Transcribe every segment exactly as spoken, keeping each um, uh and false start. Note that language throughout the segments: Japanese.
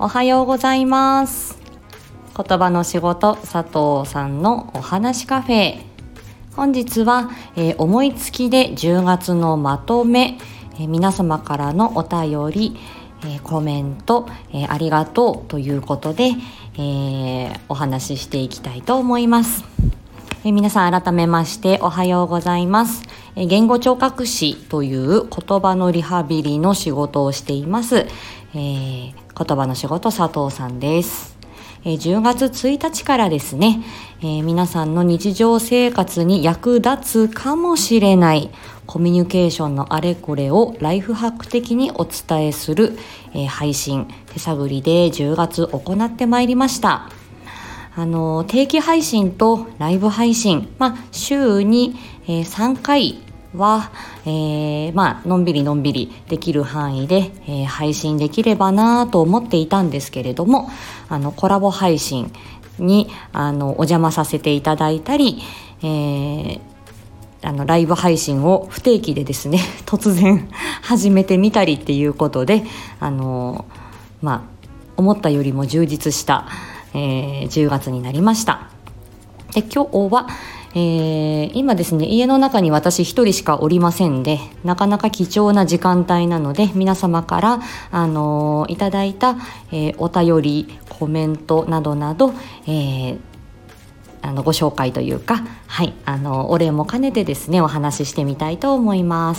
おはようございます。言葉の仕事佐藤さんのお話カフェ。本日は、えー、思いつきでじゅうがつのまとめ、えー、皆様からのお便り、えー、コメント、えー、ありがとうということで、えー、お話ししていきたいと思います。えー、皆さん改めましておはようございます。えー、言語聴覚士という言葉のリハビリの仕事をしています、えー、言葉の仕事佐藤さんです。じゅうがつついたちからですね、えー、皆さんの日常生活に役立つかもしれないコミュニケーションのあれこれをライフハック的にお伝えする、えー、配信手探りでじゅうがつ行ってまいりました。あの定期配信とライブ配信、まあ、週に、えー、さんかいは、えー、まあのんびりのんびりできる範囲で、えー、配信できればなと思っていたんですけれども、あのコラボ配信にあのお邪魔させていただいたり、えー、あのライブ配信を不定期でですね突然始めてみたりっていうことで、あのまあ思ったよりも充実した、えー、じゅうがつになりました。で今日はえー、今ですね家の中に私一人しかおりませんで、なかなか貴重な時間帯なので皆様から、あのー、いただいた、えー、お便りコメントなどなど、えー、あのご紹介というか、はい、あのお礼も兼ねてですねお話ししてみたいと思います。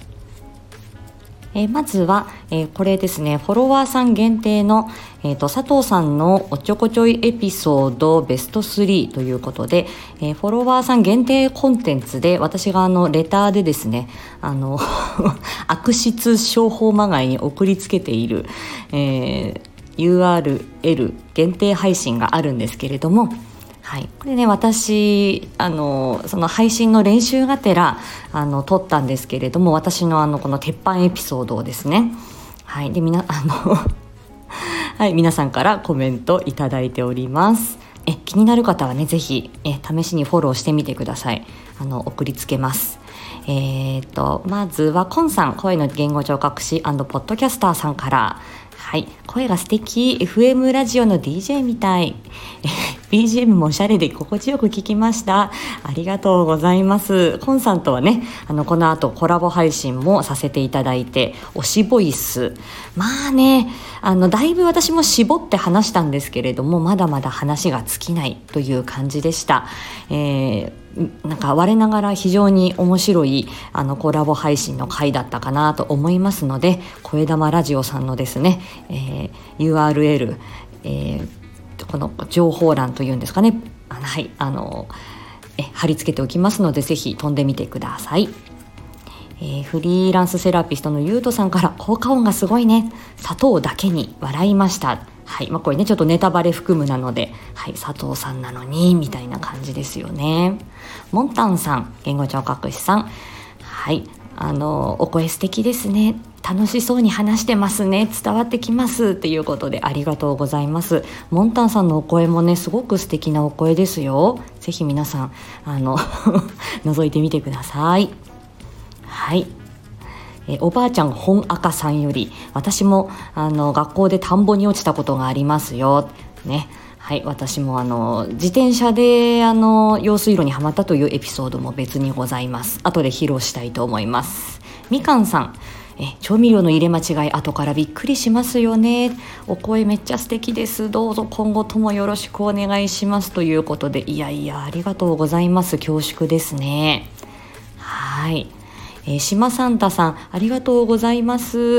えー、まずは、えー、これですねフォロワーさん限定の、えー、と佐藤さんのおちょこちょいエピソードベストスリーということで、えー、フォロワーさん限定コンテンツで私があのレターでですねあの悪質商法まがいに送りつけている、えー、ユーアールエル 限定配信があるんですけれども、はい、これね私あのその配信の練習がてらあの撮ったんですけれども、私のあのこの鉄板エピソードをですね、はい、でみなあのはい、皆さんからコメントいただいております。え気になる方はねぜひえ試しにフォローしてみてください。あの送りつけます。えー、とまずはコンさん、声の言語聴覚士&ポッドキャスターさんから、はい、声が素敵 エフエム ラジオの ディージェー みたいビージーエム もおしゃれで心地よく聞きました。ありがとうございます。コンさんとはねあのこの後コラボ配信もさせていただいて、推しボイスまあねあのだいぶ私も絞って話したんですけれども、まだまだ話が尽きないという感じでした。えー、なんか我ながら非常に面白いあのコラボ配信の回だったかなと思いますので、声玉ラジオさんのですね、えー、ユーアールエル、えー、この情報欄というんですかね、あの、はい、あのえ貼り付けておきますのでぜひ飛んでみてください。えー、フリーランスセラピストのゆうとさんから、効果音がすごいね、砂糖だけに笑いました。はい、まあ、これねちょっとネタバレ含むなので、はい、佐藤さんなのにみたいな感じですよね。モンタンさん、言語聴覚士さん、はい、あのお声素敵ですね、楽しそうに話してますね、伝わってきますっていうことでありがとうございます。モンタンさんのお声もねすごく素敵なお声ですよ。ぜひ皆さんあの覗いてみてください。はい、えおばあちゃん本赤さんより、私もあの学校で田んぼに落ちたことがありますよ、ね、はい、私もあの自転車であの用水路にはまったというエピソードも別にございます。後で披露したいと思います。みかんさん、え調味料の入れ間違い後からびっくりしますよね、お声めっちゃ素敵です、どうぞ今後ともよろしくお願いしますということで、いやいやありがとうございます、恐縮ですね。はい、えー、島サンタさんありがとうございます。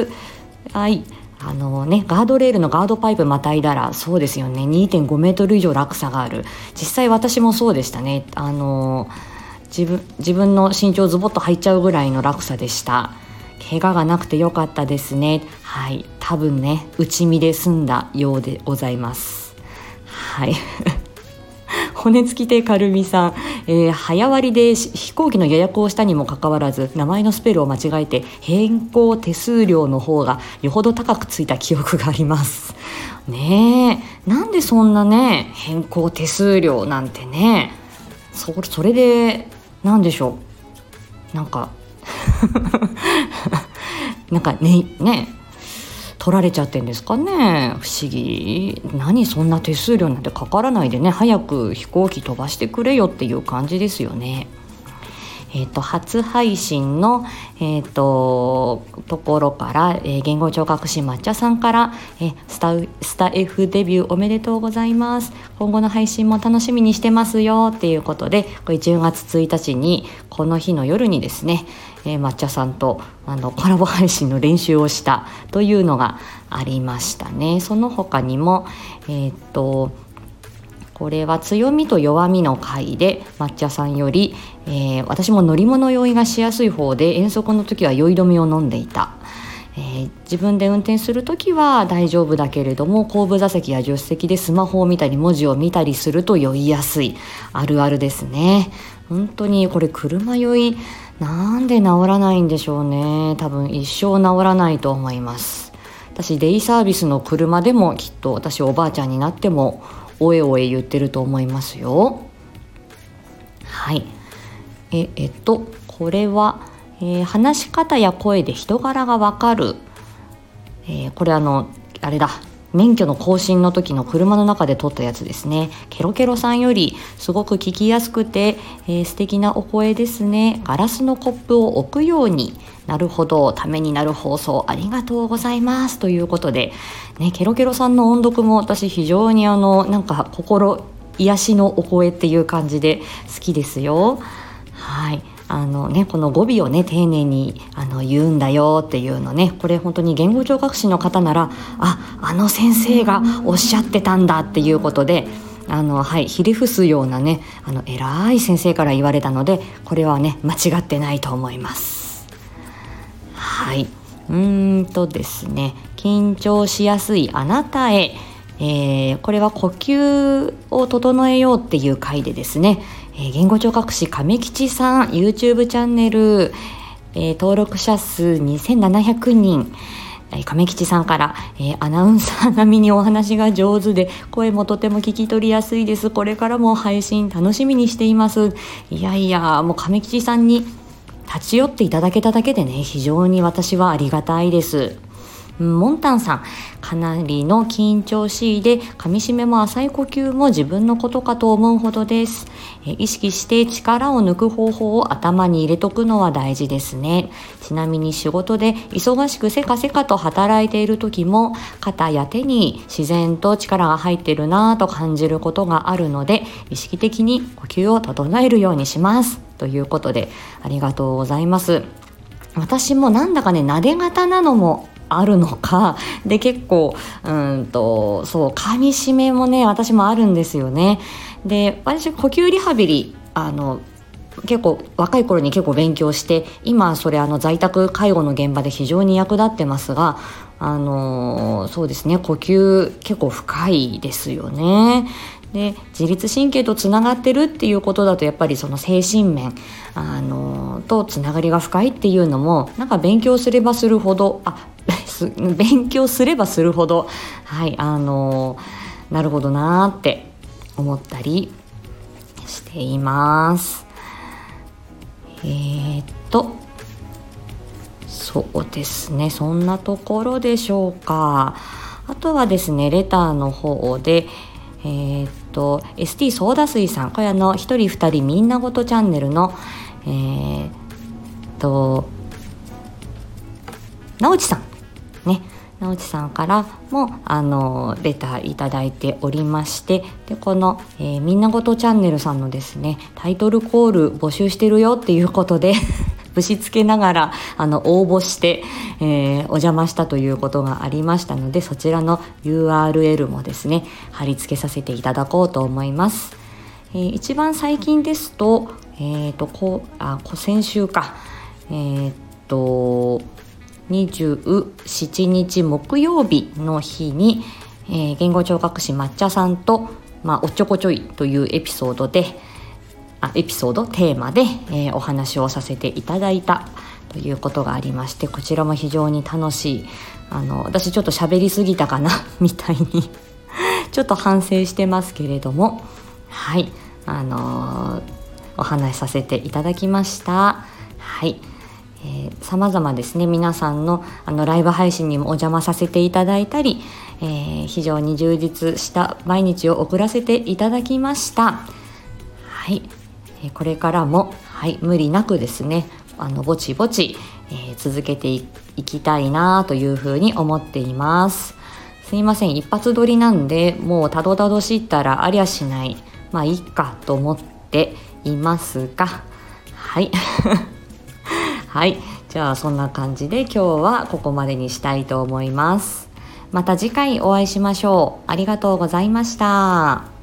はい、あのねガードレールのガードパイプまたいだら、そうですよね にてんごメートル以上落差がある。実際私もそうでしたね。あの自分自分の身長ズボッと入っちゃうぐらいの落差でした。怪我がなくてよかったですね。はい、多分ね内身で済んだようでございます。はい骨付き亭かるみさん、えー、早割で飛行機の予約をしたにもかかわらず名前のスペルを間違えて変更手数料の方がよほど高くついた記憶がありますね。えなんでそんなね変更手数料なんてね、 そ, それでなんでしょう、なんかなんかねね取られちゃってんですかね。不思議。何そんな手数料なんてかからないでね、早く飛行機飛ばしてくれよっていう感じですよね。えー、と初配信の、えー、とところから、えー、言語聴覚士抹茶さんから、えー、スタスタ F デビューおめでとうございます、今後の配信も楽しみにしてますよっていうことで、これじゅうがつついたちにこの日の夜にですね、えー、抹茶さんとあのコラボ配信の練習をしたというのがありましたね。その他にもえっ、とこれは強みと弱みの回で抹茶さんより、えー、私も乗り物酔いがしやすい方で遠足の時は酔い止めを飲んでいた、えー、自分で運転する時は大丈夫だけれども後部座席や助手席でスマホを見たり文字を見たりすると酔いやすい。あるあるですね。本当にこれ車酔いなんで治らないんでしょうね。多分一生治らないと思います。私デイサービスの車でもきっと私おばあちゃんになってもおえおえ言ってると思いますよ。はいええっとこれは、えー、話し方や声で人柄がわかる、えー、これあのあれだ免許の更新の時の車の中で撮ったやつですね。ケロケロさんよりすごく聞きやすくて、えー、素敵なお声ですね。ガラスのコップを置くように、なるほど、ためになる放送ありがとうございますということで、ね、ケロケロさんの音読も私非常にあのなんか心癒しのお声っていう感じで好きですよ。はいあのね、この語尾をね丁寧にあの言うんだよっていうのね、これ本当に言語聴覚士の方ならああの先生がおっしゃってたんだっていうことであの、はい、ひれ伏すようなねあの偉い先生から言われたので、これはね間違ってないと思います。はい、うーんとですね緊張しやすいあなたへ、えー、これは呼吸を整えようっていう回でですね、えー、言語聴覚士亀吉さん YouTube チャンネル、えー、登録者数にせんななひゃくにん、えー、亀吉さんから、えー、アナウンサー並みにお話が上手で声もとても聞き取りやすいです、これからも配信楽しみにしています。いやいやもう亀吉さんに立ち寄っていただけただけでね非常に私はありがたいです。モンタンさん、かなりの緊張しいで噛み締めも浅い呼吸も自分のことかと思うほどです。え意識して力を抜く方法を頭に入れとくのは大事ですね。ちなみに仕事で忙しくせかせかと働いている時も肩や手に自然と力が入っているなぁと感じることがあるので、意識的に呼吸を整えるようにしますということで、ありがとうございます。私もなんだかね撫で型なのもあるのかで、結構うんとそう噛み締めもね私もあるんですよね。で私呼吸リハビリあの結構若い頃に結構勉強して、今それあの在宅介護の現場で非常に役立ってますが、あのそうですね呼吸結構深いですよね。で自律神経とつながってるっていうことだとやっぱりその精神面あのとつながりが深いっていうのもなんか勉強すればするほどあ勉強すればするほどはいあのなるほどなーって思ったりしています。えー、っとそうですねそんなところでしょうか。あとはですねレターの方でえー、っと エスティー ソーダ水さん、これあの一人二人みんなごとチャンネルのえー、っとなおちさんね、なおちさんからもあのレターいただいておりまして、でこの、えー、みんなごとチャンネルさんのですねタイトルコール募集してるよっていうことでぶしつけながらあの応募して、えー、お邪魔したということがありましたので、そちらの ユーアールエル もですね貼り付けさせていただこうと思います。えー、一番最近ですと,、えー、とこあ先週かえー、っとにじゅうしちにち木曜日の日に、えー、言語聴覚士抹茶さんと、まあ、おっちょこちょいというエピソードであエピソードテーマで、えー、お話をさせていただいたということがありまして、こちらも非常に楽しいあの私ちょっと喋りすぎたかなみたいにちょっと反省してますけれども、はいあのー、お話しさせていただきました。はいさまざまですね、皆さんのあのライブ配信にもお邪魔させていただいたり、えー、非常に充実した毎日を送らせていただきました。はい、えー、これからも、はい、無理なくですね、あのぼちぼち、えー、続けて い, いきたいなというふうに思っています。すいません、一発撮りなんでもうたどたどしったらありゃしない、まあいいかと思っていますが、はいはい、じゃあそんな感じで今日はここまでにしたいと思います。また次回お会いしましょう。ありがとうございました。